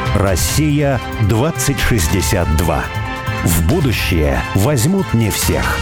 Россия 2062. В будущее возьмут не всех.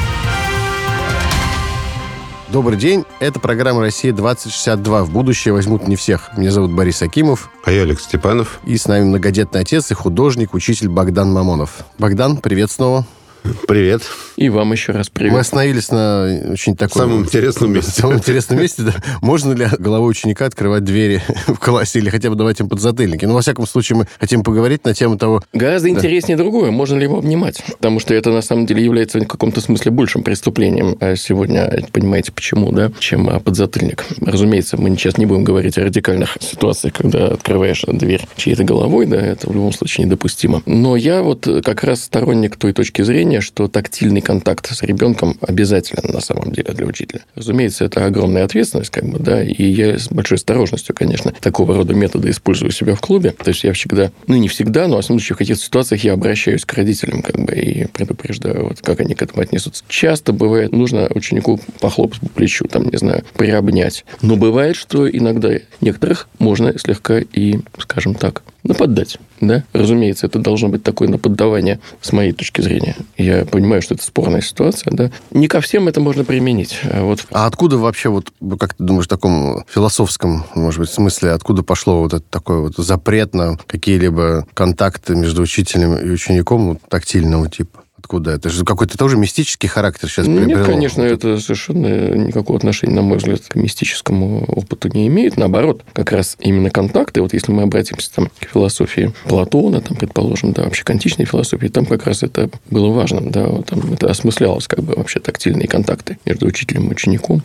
Добрый день. Это программа «Россия-2062». В будущее возьмут не всех. Меня зовут Борис Акимов. А я Алекс Степанов. И с нами многодетный отец и художник, учитель Богдан Мамонов. Богдан, привет снова. Привет. И вам еще раз привет. Мы остановились на очень таком... Самом интересном месте. Самом интересном месте, да. Можно ли головой ученика открывать двери в классе или хотя бы давать им подзатыльники? Ну, во всяком случае, мы хотим поговорить на тему того... Гораздо интереснее другое. Можно ли его обнимать? Потому что это, на самом деле, является в каком-то смысле большим преступлением. А сегодня, понимаете, почему, да? Чем подзатыльник. Разумеется, мы сейчас не будем говорить о радикальных ситуациях, когда открываешь дверь чьей-то головой, да, это в любом случае недопустимо. Но я вот как раз сторонник той точки зрения, что тактильный контакт с ребенком обязателен на самом деле для учителя. Разумеется, это огромная ответственность, как бы, да, и я с большой осторожностью, конечно, такого рода методы использую у себя в клубе. То есть я всегда, не всегда, но в основном случае в каких-то ситуациях я обращаюсь к родителям, как бы, и предупреждаю, вот, как они к этому отнесутся. Часто бывает, нужно ученику похлопать по плечу, там, не знаю, приобнять. Но бывает, что иногда некоторых можно слегка и, скажем так, наподдать, да? Разумеется, это должно быть такое наподдавание с моей точки зрения. Я понимаю, что это спорная ситуация, да? Не ко всем это можно применить. А откуда вообще, вот, как ты думаешь, в таком философском, может быть, смысле, откуда пошло вот этот такой вот запрет на какие-либо контакты между учителем и учеником вот, тактильного типа? Откуда? Это же какой-то тоже мистический характер сейчас приобрело. Нет, конечно, это совершенно никакого отношения, на мой взгляд, к мистическому опыту не имеет. Наоборот, как раз именно контакты, вот если мы обратимся там, к философии Платона, там, предположим, да, вообще к античной философии, там как раз это было важным, да, вот там это осмыслялось как бы вообще тактильные контакты между учителем и учеником.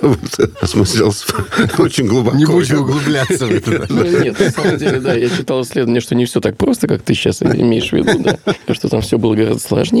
Осмыслялось очень глубоко. Не будем углубляться в это. Нет, на самом деле, да, я читал исследование, что не все так просто, как ты сейчас имеешь в виду, да, что там все было гораздо сложнее.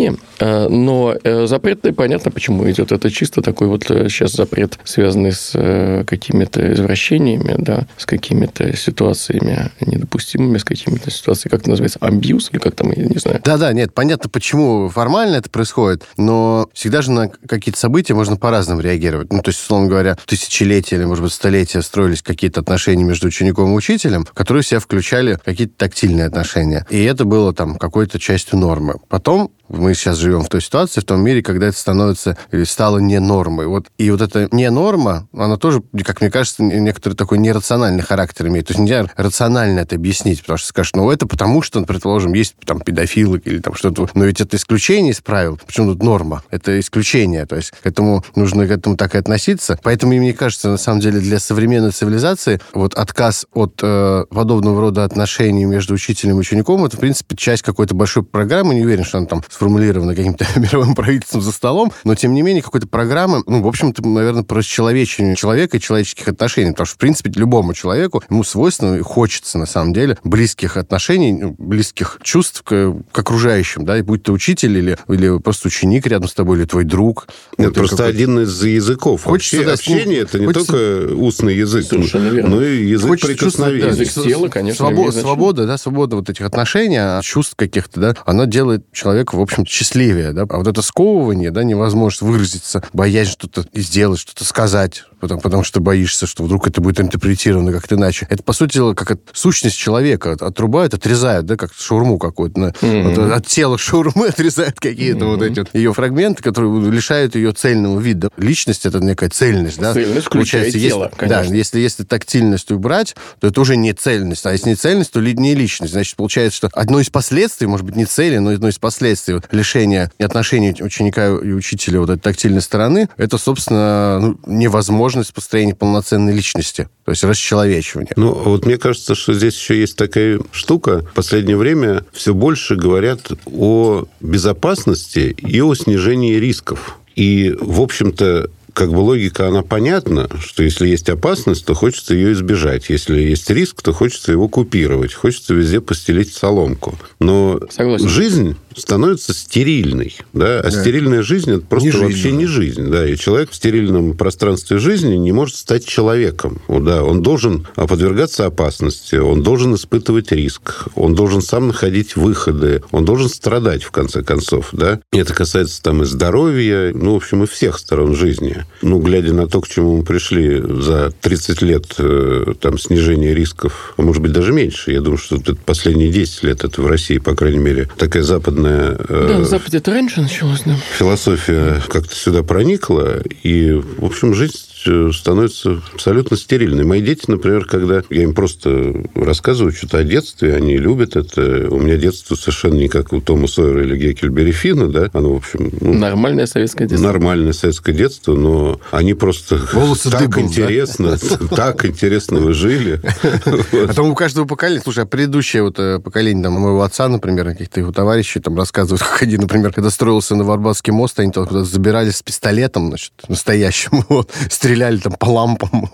Но запрет, понятно, почему идет. Это чисто такой вот сейчас запрет, связанный с какими-то извращениями, да, с какими-то ситуациями недопустимыми, с какими-то ситуациями, как это называется, абьюз, или как там, я не знаю. Да, нет, понятно, почему формально это происходит, но всегда же на какие-то события можно по-разному реагировать. Ну, то есть, условно говоря, тысячелетия или, может быть, столетия строились какие-то отношения между учеником и учителем, которые в себя включали какие-то тактильные отношения. И это было там какой-то частью нормы. Потом мы сейчас живем в той ситуации, в том мире, когда это становится или стало не нормой. Вот. И вот эта не норма, она тоже, как мне кажется, некоторый такой нерациональный характер имеет. То есть нельзя рационально это объяснить, потому что скажешь, это потому что, предположим, есть там педофилы или там что-то. Но ведь это исключение из правил. Почему тут норма? Это исключение. То есть нужно к этому так и относиться. Поэтому, мне кажется, на самом деле для современной цивилизации вот отказ от подобного рода отношений между учителем и учеником, это, в принципе, часть какой-то большой программы. Не уверен, что она там сформулировано каким-то мировым правительством за столом, но, тем не менее, какой-то программы, в общем-то, наверное, про расчеловечивание человека и человеческих отношений, потому что, в принципе, любому человеку, ему свойственно и хочется, на самом деле, близких отношений, близких чувств к окружающим, да, и будь ты учитель или просто ученик рядом с тобой, или твой друг. Это просто один из языков. Хочется, общение, это не только устный язык, но и язык прикосновения. Язык тела, конечно. Свобода вот этих отношений, чувств каких-то, да, она делает человека, в общем, счастливее, да, а вот это сковывание, да, невозможность выразиться, боясь что-то сделать, что-то сказать, потому что боишься, что вдруг это будет интерпретировано как-то иначе. Это, по сути дела, как сущность человека отрубают, отрезают, да, как шаурму какую-то. От тела шаурмы отрезают какие-то вот эти вот ее фрагменты, которые лишают ее цельного вида. Личность — это некая цельность, да. Цельность включает тело, конечно. Да, если тактильность убрать, то это уже не цельность. А если не цельность, то не личность. Значит, получается, что одно из последствий, может быть, не цели, но одно из последствий лишения отношений ученика и учителя вот этой тактильной стороны, это, собственно, невозможность построения полноценной личности, то есть расчеловечивание. Вот мне кажется, что здесь еще есть такая штука. В последнее время все больше говорят о безопасности и о снижении рисков. И, в общем-то, как бы логика, она понятна, что если есть опасность, то хочется ее избежать. Если есть риск, то хочется его купировать. Хочется везде постелить соломку. Но жизнь становится стерильной. Да? А стерильная жизнь – это просто вообще не жизнь. Да? И человек в стерильном пространстве жизни не может стать человеком. Да? Он должен подвергаться опасности, он должен испытывать риск, он должен сам находить выходы, он должен страдать, в конце концов. Да? И это касается там и здоровья, в общем, и всех сторон жизни. глядя на то, к чему мы пришли за 30 лет там, снижения рисков, а может быть, даже меньше. Я думаю, что это последние 10 лет, это в России, по крайней мере, такая западная... Да, на Западе это раньше началось, да. Философия как-то сюда проникла, и, в общем, жизнь становится абсолютно стерильной. Мои дети, например, когда я им просто рассказываю что-то о детстве, они любят это. У меня детство совершенно не как у Тома Сойера или Геккельбери Финна, да, оно, в общем... Нормальное советское детство. Нормальное советское детство, но они просто так интересно, так интересно вы жили. А там у каждого поколения, слушай, а предыдущее поколение, там, моего отца, например, каких-то его товарищей, там, рассказывают, как они, например, когда строился Новоарбатский мост, они там куда-то забирались с пистолетом, значит, настоящим, стреляли там по лампам.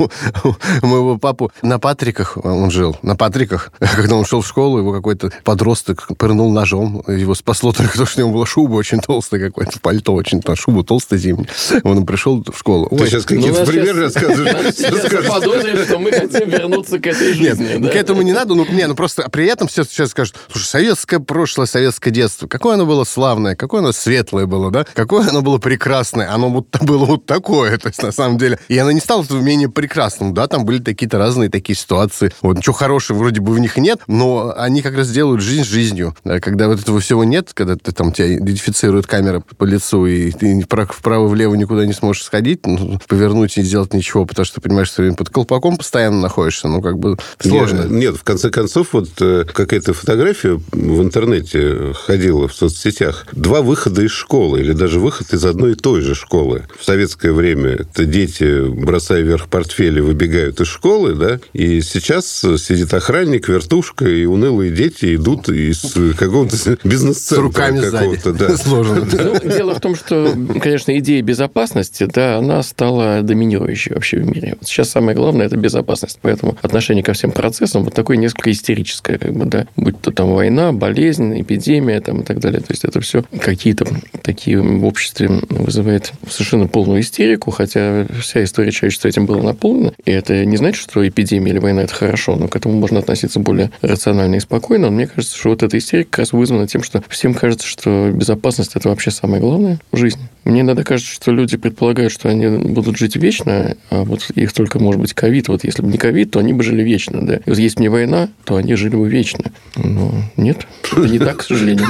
У моего папу на Патриках он жил, на Патриках, когда он шел в школу, его какой-то подросток пырнул ножом, его спасло только то, что у него была шуба очень толстая какое-то, пальто очень, шуба толстая зимняя. Он пришел в школу. Ты сейчас какие-то примеры рассказываешь. Заподозрили, что мы хотим вернуться к этой жизни. Нет, к этому не надо, просто при этом все сейчас скажут, слушай, советское прошлое, советское детство, какое оно было славное, какое оно светлое было, да, какое оно было прекрасное, оно было вот такое, то есть на самом деле. И оно не стало менее прекрасным, да, там были какие-то разные такие ситуации. Вот ничего хорошего вроде бы в них нет, но они как раз делают жизнь жизнью. Когда вот этого всего нет, когда тебя идентифицирует камера по лицу, и ты вправо-влево никуда не сможешь сходить, повернуть и не сделать ничего, потому что ты понимаешь, что ты под колпаком постоянно находишься, сложно. Нет, в конце концов, вот какая-то фотография в интернете ходила в соцсетях. 2 выхода из школы, или даже выход из одной и той же школы. В советское время это дети, бросая вверх портфели, выбегают из школы, да, и сейчас сидит охранник, вертушка, и унылые дети идут из какого-то бизнес-центра. С руками какого-то, сзади. Да. Сложно. Дело в том, что, конечно, идея безопасности, да, она стала доминирующей вообще в мире. Сейчас самое главное – это безопасность. Поэтому отношение ко всем процессам вот такое несколько истерическое, да, будь то там война, болезнь, эпидемия там, и так далее. То есть это все какие-то такие в обществе вызывает совершенно полную истерику, хотя вся история человечества этим была наполнена. И это не значит, что эпидемия или война – это хорошо, но к этому можно относиться более рационально и спокойно. Но мне кажется, что вот эта истерика как раз вызвана тем, что всем кажется, что безопасность – это вообще самое главное в жизни. Мне иногда кажется, что люди предполагают, что они будут жить вечно, а вот их только, может быть, ковид. Вот если бы не ковид, то они бы жили вечно, да. И вот если бы не война, то они жили бы вечно. Но нет, это не так, к сожалению.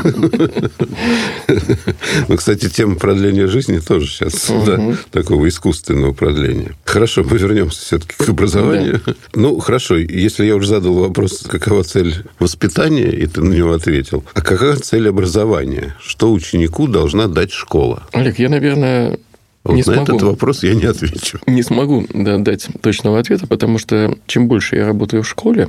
Ну, кстати, тема продления жизни тоже сейчас, такого искусственного продления. Хорошо, мы вернемся все-таки к образованию. Да. Ну, хорошо, если я уже задал вопрос, какова цель воспитания, и ты на него ответил, а какая цель образования? Что ученику должна дать школа? Олег, я, наверное... Вот на этот вопрос я не отвечу. Не смогу дать точного ответа, потому что чем больше я работаю в школе,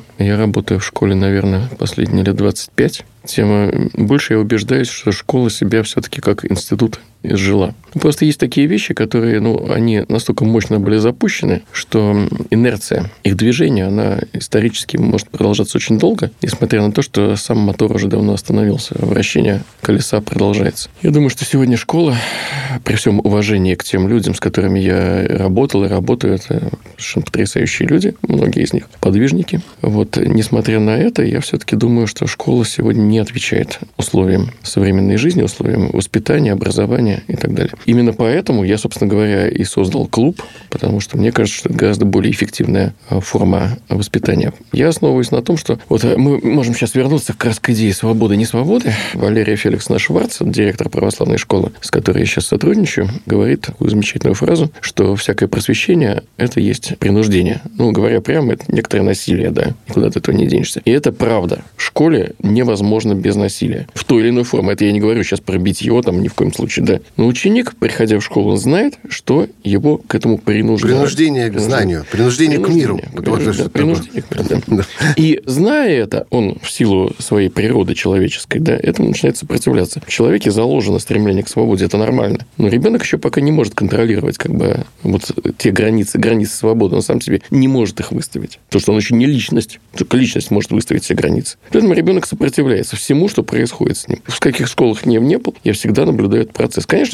наверное, последние лет 25, тем больше я убеждаюсь, что школа себя все-таки как институт изжила. Просто есть такие вещи, которые, они настолько мощно были запущены, что инерция их движения, она исторически может продолжаться очень долго, несмотря на то, что сам мотор уже давно остановился, а вращение колеса продолжается. Я думаю, что сегодня школа, при всем уважении к тем людям, с которыми я работал и работаю, это совершенно потрясающие люди, многие из них подвижники. Вот, несмотря на это, я все-таки думаю, что школа сегодня не отвечает условиям современной жизни, условиям воспитания, образования и так далее. Именно поэтому я, собственно говоря, и создал клуб, потому что мне кажется, что это гораздо более эффективная форма воспитания. Я основываюсь на том, что вот мы можем сейчас вернуться как раз к идее свободы, не свободы. Валерия Феликсовна Шварц, директор православной школы, с которой я сейчас сотрудничаю, говорит такую замечательную фразу, что всякое просвещение – это есть принуждение. Говоря прямо, это некоторое насилие, да, никуда от этого не денешься. И это правда. В школе невозможно без насилия. В той или иной форме. Это я не говорю сейчас про битье, там, ни в коем случае, да. Но ученик, приходя в школу, знает, что его к этому принуждают. Принуждение к знанию, принуждение к миру. Принуждение к миру, да. И зная это, он в силу своей природы человеческой, да, этому начинает сопротивляться. В человеке заложено стремление к свободе, это нормально. Но ребенок еще пока не может контролировать вот те границы свободы. Он сам себе не может их выставить. Потому что он еще не личность. Только личность может выставить все границы. Поэтому ребенок сопротивляется всему, что происходит с ним. В каких школах не был, я всегда наблюдаю этот процесс. Конечно, есть здесь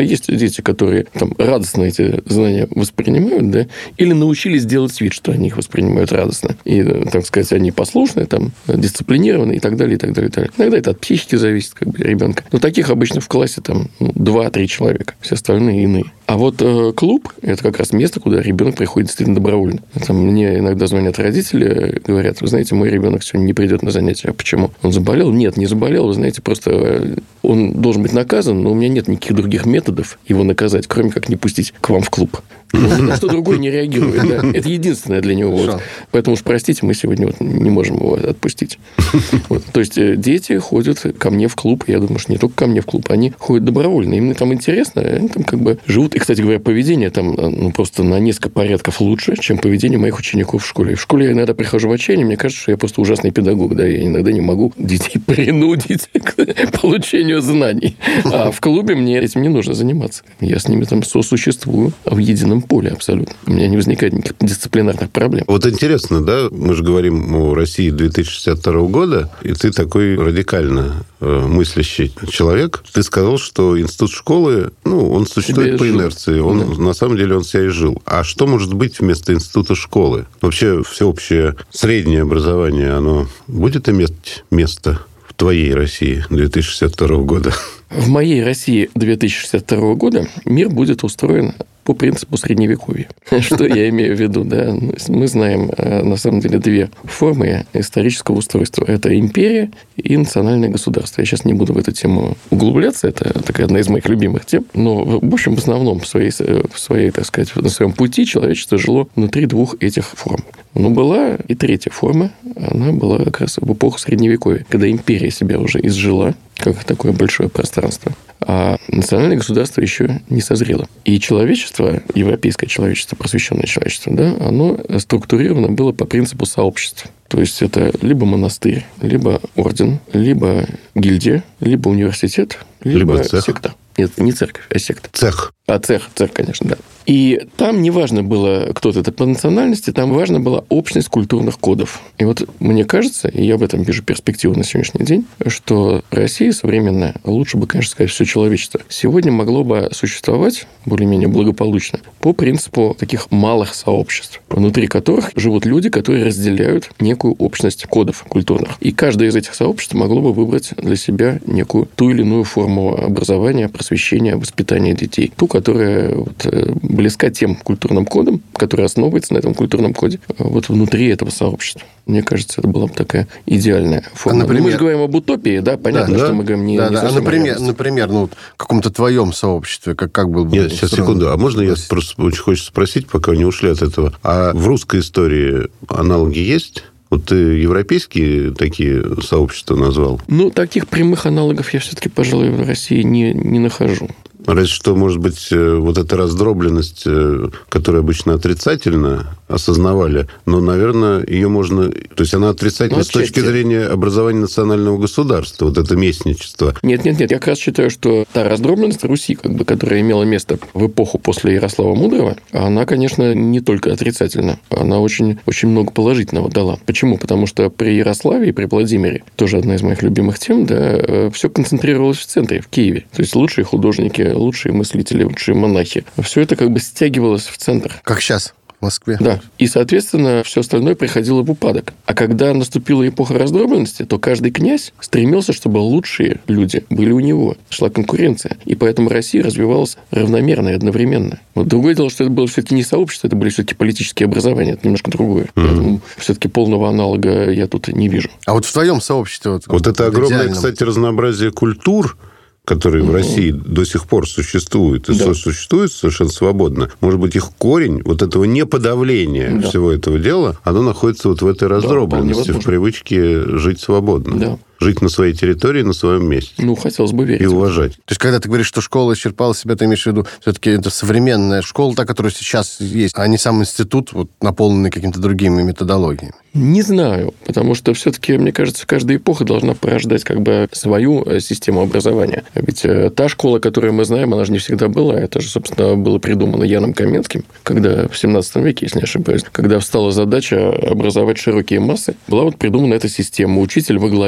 дети, которые там радостно эти знания воспринимают, да, или научились делать вид, что они их воспринимают радостно. И, так сказать, они послушные, там, дисциплинированные и так далее, и так далее, и так далее. Иногда это от психики зависит, как бы, ребенка. Но таких обычно в классе там 2-3 человека. Все остальные иные. А вот клуб – это как раз место, куда ребенок приходит действительно добровольно. Там мне иногда звонят родители, говорят: вы знаете, мой ребенок сегодня не придет на занятия. А почему? Он заболел? Нет, не заболел. Вы знаете, просто он должен быть наказан, но у меня нет никаких других методов его наказать, кроме как не пустить к вам в клуб. Он на что другое не реагирует. Да? Это единственное для него. Вот. Поэтому уж простите, мы сегодня вот не можем его отпустить. Вот. То есть дети ходят ко мне в клуб. Я думаю, что не только ко мне в клуб, они ходят добровольно. Им там интересно, они там как бы живут. И, кстати говоря, поведение там просто на несколько порядков лучше, чем поведение моих учеников в школе. В школе я иногда прихожу в отчаяние, мне кажется, что я просто ужасный педагог. Да? Я иногда не могу детей принудить к получению знаний. А в клубе мне этим не нужно заниматься. Я с ними там сосуществую в едином поле абсолютно. У меня не возникает никаких дисциплинарных проблем. Вот интересно, да, мы же говорим о России 2062 года, и ты такой радикально мыслящий человек. Ты сказал, что институт школы, он существует по инерции. На самом деле он себя и жил. А что может быть вместо института школы? Вообще всеобщее среднее образование, оно будет иметь место в твоей России 2062 года? В моей России 2062 года мир будет устроен по принципу Средневековья. Что я имею в виду? Да? Мы знаем, на самом деле, две формы исторического устройства. Это империя и национальное государство. Я сейчас не буду в эту тему углубляться. Это такая одна из моих любимых тем. Но, в общем, в основном в своей, так сказать, на своем пути человечество жило внутри двух этих форм. Но была и третья форма. Она была как раз в эпоху Средневековья, когда империя себя уже изжила, как такое большое пространство. А национальное государство еще не созрело. И человечество, европейское человечество, просвещенное человечество, да, оно структурировано было по принципу сообщества. То есть это либо монастырь, либо орден, либо гильдия, либо университет, либо секта. Нет, не церковь, а секта. Цех. Цех, конечно, да. И там не важно было, кто ты по национальности, там важна была общность культурных кодов. И вот мне кажется, и я в этом вижу перспективу на сегодняшний день, что Россия современная, лучше бы, конечно, сказать, все человечество, сегодня могло бы существовать более-менее благополучно по принципу таких малых сообществ, внутри которых живут люди, которые разделяют некую общность кодов культурных. И каждое из этих сообществ могло бы выбрать для себя некую ту или иную форму образования, просвещения, воспитания детей. Ту, которая близка тем культурным кодам, которая основывается на этом культурном коде, вот внутри этого сообщества. Мне кажется, это была бы такая идеальная форма. Например... Мы же говорим об утопии, да? Понятно, что мы говорим не например, в каком-то твоем сообществе, как был бы... Нет, сейчас, секунду. А можно я просто очень хочется спросить, пока не ушли от этого? А в русской истории аналоги есть? Вот ты европейские такие сообщества назвал? Таких прямых аналогов я все-таки, пожалуй, в России не нахожу. Разве что, может быть, вот эта раздробленность, которая обычно отрицательно осознавали, но, наверное, ее можно... То есть, она отрицательна с точки зрения образования национального государства, вот это местничество. Нет. Я как раз считаю, что та раздробленность Руси, которая имела место в эпоху после Ярослава Мудрого, она, конечно, не только отрицательна. Она очень, очень много положительного дала. Почему? Потому что при Ярославе и при Владимире, тоже одна из моих любимых тем, да, все концентрировалось в центре, в Киеве. То есть, лучшие художники, лучшие мыслители, лучшие монахи. Все это как бы стягивалось в центр. Как сейчас в Москве. Да. И, соответственно, все остальное приходило в упадок. А когда наступила эпоха раздробленности, то каждый князь стремился, чтобы лучшие люди были у него. Шла конкуренция. И поэтому Россия развивалась равномерно и одновременно. Вот другое дело, что это было все-таки не сообщество, это были все-таки политические образования. Это немножко другое. Поэтому все-таки полного аналога я тут не вижу. А вот в твоем сообществе... Вот это огромное, кстати, разнообразие культур, которые в России до сих пор существуют, и существуют совершенно свободно. Может быть, их корень, вот этого неподавления всего этого дела, оно находится вот в этой раздробленности, в привычке жить свободно. Да. Жить на своей территории, на своем месте. Хотелось бы верить. И уважать. То есть, когда ты говоришь, что школа исчерпала себя, ты имеешь в виду, все-таки это современная школа, та, которая сейчас есть, а не сам институт, наполненный какими-то другими методологиями? Не знаю, потому что все-таки, мне кажется, каждая эпоха должна порождать свою систему образования. Ведь та школа, которую мы знаем, она же не всегда была. Это же, собственно, было придумано Яном Каменским, когда в 17 веке, если не ошибаюсь, когда встала задача образовать широкие массы, была придумана эта система. Учитель во главе,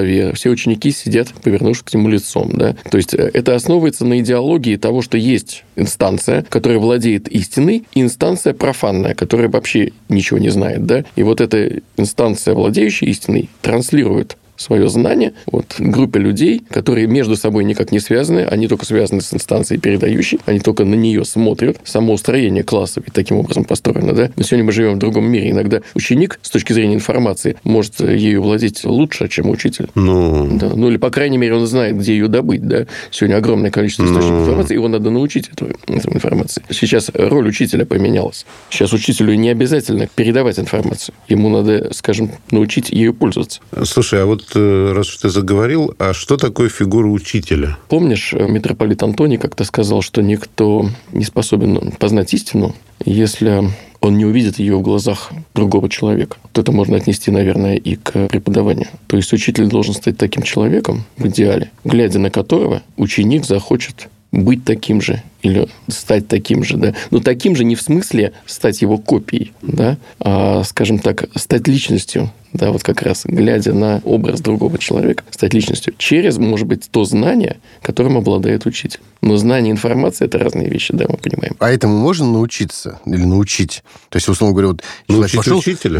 все ученики сидят, повернувшись к нему лицом. Да? То есть это основывается на идеологии того, что есть инстанция, которая владеет истиной, и инстанция профанная, которая вообще ничего не знает. Да? И вот эта инстанция, владеющая истиной, транслирует свое знание группе людей, которые между собой никак не связаны, они только связаны с инстанцией передающей, они только на нее смотрят. Само устроение классов таким образом построено. Да? Но сегодня мы живем в другом мире. Иногда ученик, с точки зрения информации, может ею владеть лучше, чем учитель. Да. Или, по крайней мере, он знает, где ее добыть. Да? Сегодня огромное количество источников информации, его надо научить эту информации. Сейчас роль учителя поменялась. Сейчас учителю не обязательно передавать информацию. Ему надо, скажем, научить ею пользоваться. Слушай, а вот раз уж ты заговорил, а что такое фигура учителя? Помнишь, митрополит Антоний как-то сказал, что никто не способен познать истину, если он не увидит ее в глазах другого человека. Вот это можно отнести, наверное, и к преподаванию. То есть учитель должен стать таким человеком, в идеале, глядя на которого ученик захочет быть таким же или стать таким же, да. Но таким же не в смысле стать его копией, да, а, скажем так, стать личностью, да, вот как раз глядя на образ другого человека, стать личностью через, может быть, то знание, которым обладает учитель. Но знание и информация – это разные вещи, да, мы понимаем. А этому можно научиться или научить? То есть, условно говоря, вот научить пошел, учителя?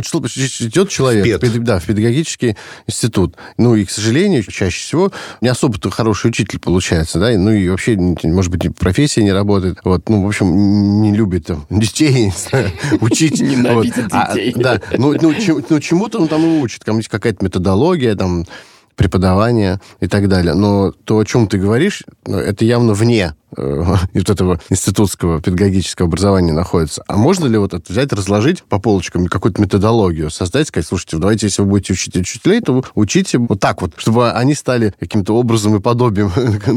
Идет человек в педагогический институт. Ну, и, к сожалению, чаще всего не особо-то хороший учитель получается, да, ну, и вообще, может быть, профессия не работает. Вот, ну, в общем, не любит там детей, учить. Ненавидит детей. Да, ну, чему-то он там и учит. Там есть какая-то методология, там, преподавание и так далее. Но то, о чем ты говоришь, это явно вне вот этого институтского педагогического образования находится. А можно ли вот это взять, разложить по полочкам какую-то методологию, создать, сказать, слушайте, давайте, если вы будете учить учителей, то учите вот так вот, чтобы они стали каким-то образом и подобием.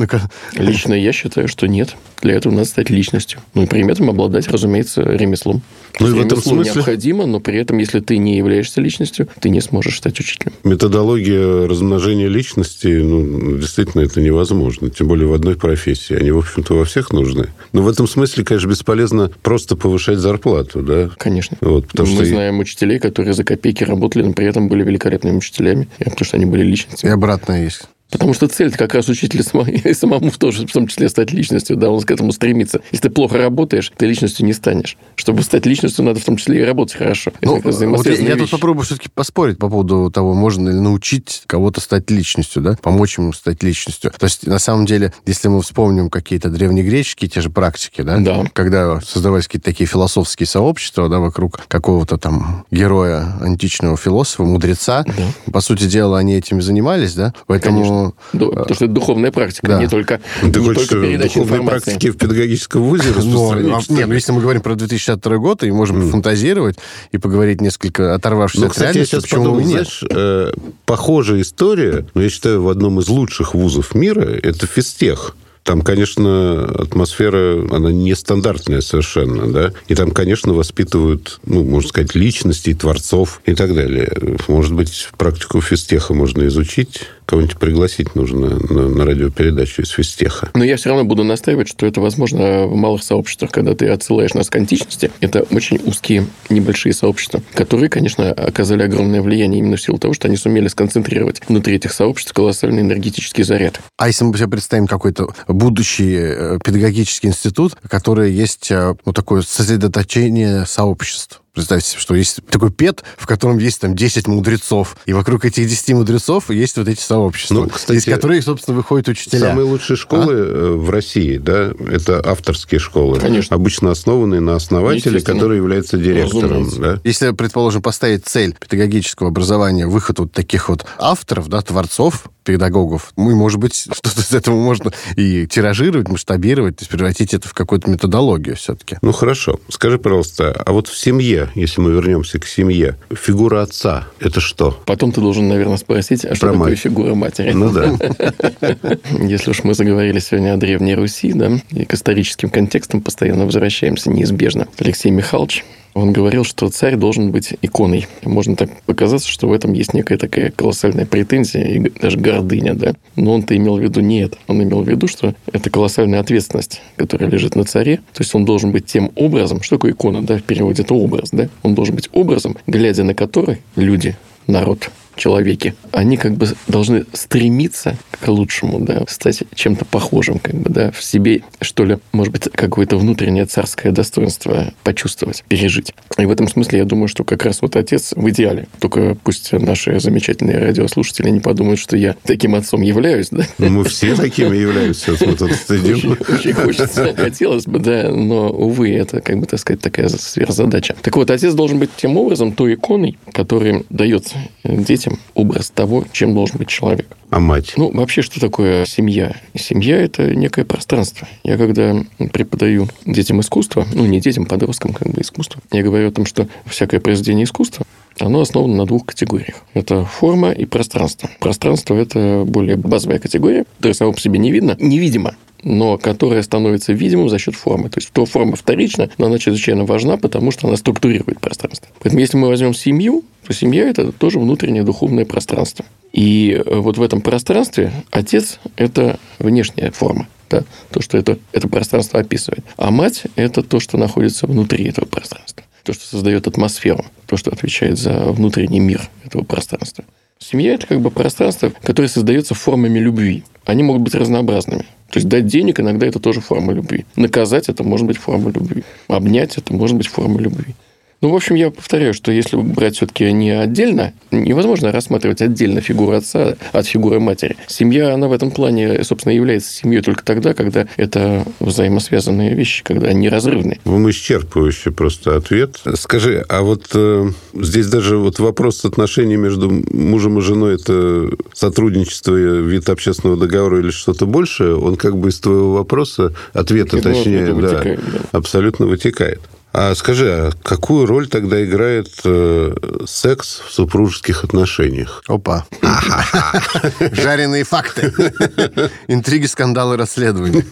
Лично я считаю, что нет. Для этого надо стать личностью. Ну и при этом обладать, разумеется, ремеслом. Ну и в этом смысле необходимо, но при этом, если ты не являешься личностью, ты не сможешь стать учителем. Методология размножения личности, ну, действительно, это невозможно. Тем более в одной профессии. Они, в общем-то, во всех нужны. Но в этом смысле, конечно, бесполезно просто повышать зарплату, да? Конечно. Вот, мы знаем учителей, которые за копейки работали, но при этом были великолепными учителями, потому что они были личностями. И обратное есть. Потому что цель как раз учителя самому тоже, в том числе, стать личностью, да, он к этому стремится. Если ты плохо работаешь, ты личностью не станешь. Чтобы стать личностью, надо в том числе и работать хорошо. Ну, вот я тут попробую все-таки поспорить по поводу того, можно ли научить кого-то стать личностью, да, помочь ему стать личностью. То есть, на самом деле, если мы вспомним какие-то древнегреческие те же практики, да, когда создавались какие-то такие философские сообщества, да, вокруг какого-то там героя, античного философа, мудреца, по сути дела, они этим занимались, да, поэтому... Потому что это духовная практика, не только передача информации. Духовные практики в педагогическом вузе распространяются. Нет, если мы говорим про 2062 год, и можем фантазировать и поговорить несколько, оторвавшись от реальности, почему нет? Знаешь, похожая история, но я считаю, в одном из лучших вузов мира, это физтех. Там, конечно, атмосфера, она нестандартная совершенно, да, и там, конечно, воспитывают, ну, можно сказать, личностей, творцов и так далее. Может быть, практику физтеха можно изучить, кого-нибудь пригласить нужно на радиопередачу из физтеха. Но я все равно буду настаивать, что это возможно в малых сообществах, когда ты отсылаешь нас к античности. Это очень узкие, небольшие сообщества, которые, конечно, оказали огромное влияние именно в силу того, что они сумели сконцентрировать внутри этих сообществ колоссальный энергетический заряд. А если мы себе представим какой-то будущий педагогический институт, который есть, ну, такое сосредоточение сообществ. Представьте себе, что есть такой ПЕД, в котором есть там 10 мудрецов, и вокруг этих 10 мудрецов есть вот эти сообщества, ну, кстати, из которых, собственно, выходят учителя. Самые лучшие школы в России, да, это авторские школы. Конечно. Обычно основанные на основателе, который является директором. Да? Если, предположим, поставить цель педагогического образования, выход вот таких вот авторов, да, творцов, педагогов, ну, и, может быть, что-то из этого можно и тиражировать, масштабировать, то есть превратить это в какую-то методологию все-таки. Ну, хорошо. Скажи, пожалуйста, а вот в семье, если мы вернемся к семье, фигура отца – это что? Потом ты должен, наверное, спросить, а что такое фигура матери? Ну, да. Если уж мы заговорили сегодня о Древней Руси, да, и к историческим контекстам постоянно возвращаемся неизбежно. Алексей Михайлович, он говорил, что царь должен быть иконой. Можно так показаться, что в этом есть некая такая колоссальная претензия и даже гордыня, да. Но он-то имел в виду не это. Он имел в виду, что это колоссальная ответственность, которая лежит на царе. То есть он должен быть тем образом, что такое икона, да, в переводе это образ, да. Он должен быть образом, глядя на который люди, народ, человеке, они как бы должны стремиться к лучшему, да, стать чем-то похожим, как бы, да, в себе, что ли, может быть, какое-то внутреннее царское достоинство почувствовать, пережить. И в этом смысле я думаю, что как раз вот отец в идеале. Только пусть наши замечательные радиослушатели не подумают, что я таким отцом являюсь, да. Мы все такими являемся, сейчас мы тут стыдим. Очень хочется, хотелось бы, да, но, увы, это, как бы, так сказать, такая сверхзадача. Так вот, отец должен быть тем образом, той иконой, который дает детям образ того, чем должен быть человек. А мать? Ну, вообще, что такое семья? Семья – это некое пространство. Я когда преподаю детям искусство, ну, не детям, подросткам, как бы искусство, я говорю о том, что всякое произведение искусства, оно основано на двух категориях. Это форма и пространство. Пространство – это более базовая категория, которая сама по себе не видно, невидимо, но которая становится видимым за счет формы. То есть, то форма вторична, но она чрезвычайно важна, потому что она структурирует пространство. Поэтому, если мы возьмем семью, то семья – это тоже внутреннее духовное пространство. И вот в этом пространстве отец – это внешняя форма. Да, то, что это пространство описывает. А мать – это то, что находится внутри этого пространства. То, что создает атмосферу, то, что отвечает за внутренний мир этого пространства. Семья – это как бы пространство, которое создается формами любви. Они могут быть разнообразными. То есть, дать денег иногда – это тоже форма любви. Наказать – это может быть форма любви. Обнять – это может быть форма любви. Ну, в общем, я повторяю, что если брать все-таки не отдельно, невозможно рассматривать отдельно фигуру отца от фигуры матери. Семья, она в этом плане, собственно, является семьей только тогда, когда это взаимосвязанные вещи, когда они неразрывны. Вам исчерпывающий просто ответ. Скажи, а вот здесь даже вот вопрос отношений между мужем и женой, это сотрудничество, вид общественного договора или что-то большее, он как бы из твоего вопроса, ответа, точнее, да, абсолютно вытекает. А скажи, а какую роль тогда играет секс в супружеских отношениях? Опа. Жареные факты. Интриги, скандалы, расследования.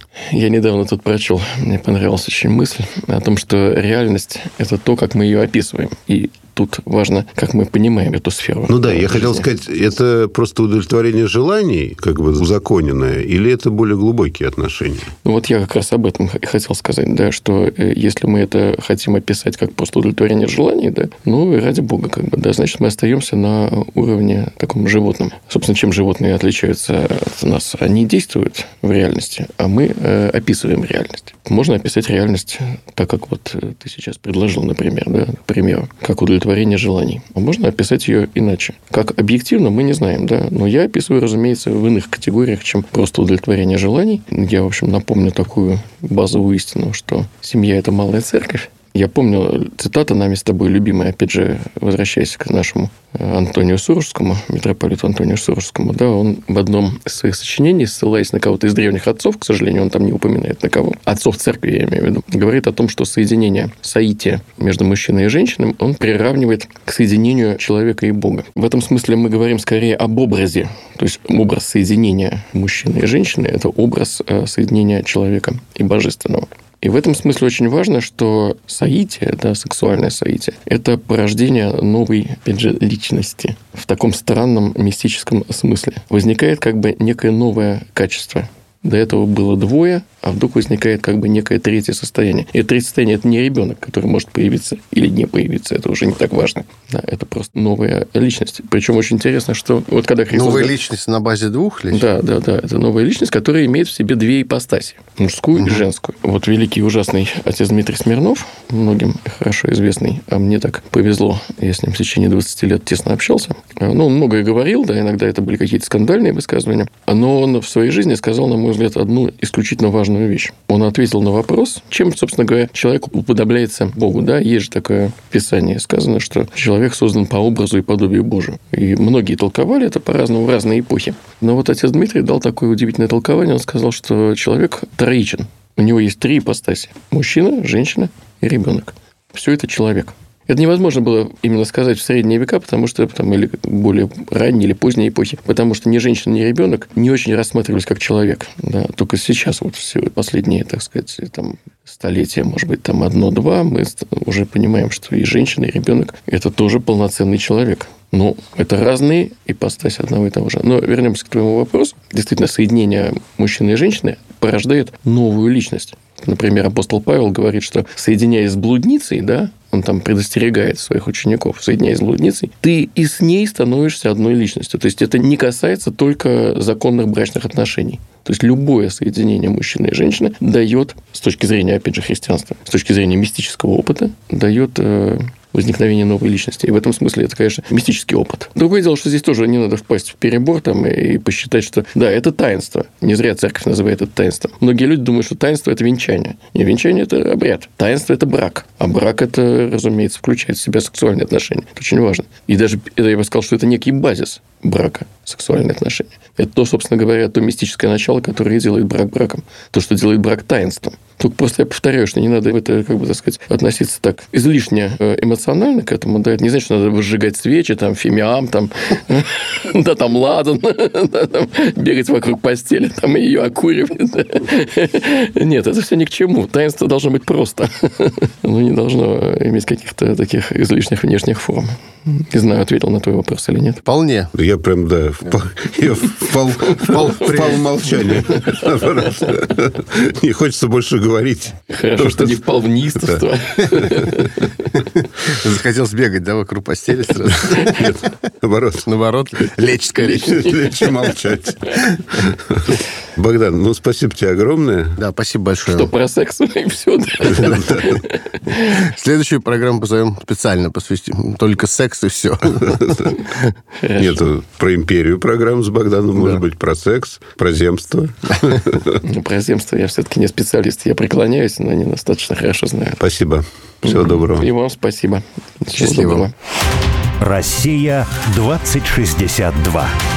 Я недавно тут прочел, мне понравилась очень мысль о том, что реальность – это то, как мы ее описываем. И тут важно, как мы понимаем эту сферу. Ну да, я хотел сказать, это просто удовлетворение желаний, как бы узаконенное, или это более глубокие отношения? Ну вот я как раз об этом хотел сказать, да, что если мы это хотим описать как просто удовлетворение желаний, да, ну и ради бога, как бы, да, значит, мы остаемся на уровне таком животном. Собственно, чем животные отличаются от нас? Они действуют в реальности, а мы описываем реальность. Можно описать реальность так, как вот ты сейчас предложил, например, да, пример, как удовлетворение желаний. А можно описать ее иначе. Как объективно, мы не знаем, да, но я описываю, разумеется, в иных категориях, чем просто удовлетворение желаний. Я, в общем, напомню такую базовую истину, что семья – это малая церковь. Я помню цитата нами с тобой любимая, опять же, возвращаясь к нашему Антонию Сурожскому, митрополиту Антонию Сурожскому, да, он в одном из своих сочинений, ссылаясь на кого-то из древних отцов, к сожалению, он там не упоминает на кого, отцов церкви, я имею в виду, говорит о том, что соединение соития между мужчиной и женщиной он приравнивает к соединению человека и Бога. В этом смысле мы говорим скорее об образе, то есть образ соединения мужчины и женщины – это образ соединения человека и божественного. И в этом смысле очень важно, что соитие, да, сексуальное соитие, это порождение новой, опять же, личности. В таком странном мистическом смысле. Возникает как бы некое новое качество. До этого было двое, а вдруг возникает как бы некое третье состояние. И это третье состояние – это не ребенок, который может появиться или не появиться. Это уже не так важно. Да, это просто новая личность. Причем очень интересно, что вот когда Христос... Новая личность на базе двух личностей? Да. Это новая личность, которая имеет в себе две ипостаси. Мужскую и женскую. Вот великий ужасный отец Дмитрий Смирнов, многим хорошо известный, а мне так повезло, я с ним в течение 20 лет тесно общался. Ну, он многое говорил, да, иногда это были какие-то скандальные высказывания, но он в своей жизни сказал, на мой взгляд, одну исключительно важную вещь. Он ответил на вопрос, чем, собственно говоря, человек уподобляется Богу. Да? Есть же такое писание, сказано, что человек создан по образу и подобию Божию. И многие толковали это по-разному в разные эпохи. Но вот отец Дмитрий дал такое удивительное толкование. Он сказал, что человек троичен. У него есть три ипостаси. Мужчина, женщина и ребенок. Все это человек. Это невозможно было именно сказать в средние века, потому что там, или более ранние или поздние эпохи, потому что ни женщина, ни ребенок не очень рассматривались как человек. Да. Только сейчас, вот все последние, так сказать, там, столетия, может быть, там 1-2, мы уже понимаем, что и женщина, и ребенок – это тоже полноценный человек. Но это разные ипостаси одного и того же. Но вернемся к твоему вопросу. Действительно, соединение мужчины и женщины порождает новую личность. Например, апостол Павел говорит, что, соединяясь с блудницей, да, он там предостерегает своих учеников, соединяясь с блудницей, ты и с ней становишься одной личностью. То есть это не касается только законных брачных отношений. То есть любое соединение мужчины и женщины дает, с точки зрения, опять же, христианства, с точки зрения мистического опыта, дает возникновение новой личности. И в этом смысле это, конечно, мистический опыт. Другое дело, что здесь тоже не надо впасть в перебор там, и посчитать, что да, это таинство. Не зря церковь называет это таинством. Многие люди думают, что таинство – это венчание. Не, венчание – это обряд. Таинство – это брак. А брак – это, разумеется, включает в себя сексуальные отношения. Это очень важно. И даже, я бы сказал, что это некий базис брака, сексуальные отношения. Это то, собственно говоря, то мистическое начало, которое делает брак браком. То, что делает брак таинством. Только просто я повторяю, что не надо в это, как бы, так сказать, относиться так излишне эмоционально к этому. Да, это не значит, что надо выжигать свечи, там, фимиам, там, да, там, ладан, бегать вокруг постели, там, и ее окуривать. Нет, это все ни к чему. Таинство должно быть просто. Оно не должно иметь каких-то таких излишних внешних форм. Не знаю, ответил на твой вопрос или нет. Вполне. Я прям, да, впал в молчание. Не хочется больше говорить. Хорошо, что не впал в неистовство. Захотел сбегать, да, вокруг постели сразу? Нет, наоборот. Наоборот, лечь скорее. Лечь и молчать. Богдан, спасибо тебе огромное. Да, спасибо большое. Что про секс и все. Следующую программу позовем специально, посвятим только секс и все. Нет, про империю программу с Богданом, может быть, про секс, про земство. Про земство я все-таки не специалист. Я преклоняюсь, но не достаточно хорошо знаю. Спасибо. Всего доброго. И вам спасибо. Счастливо. Россия 2062.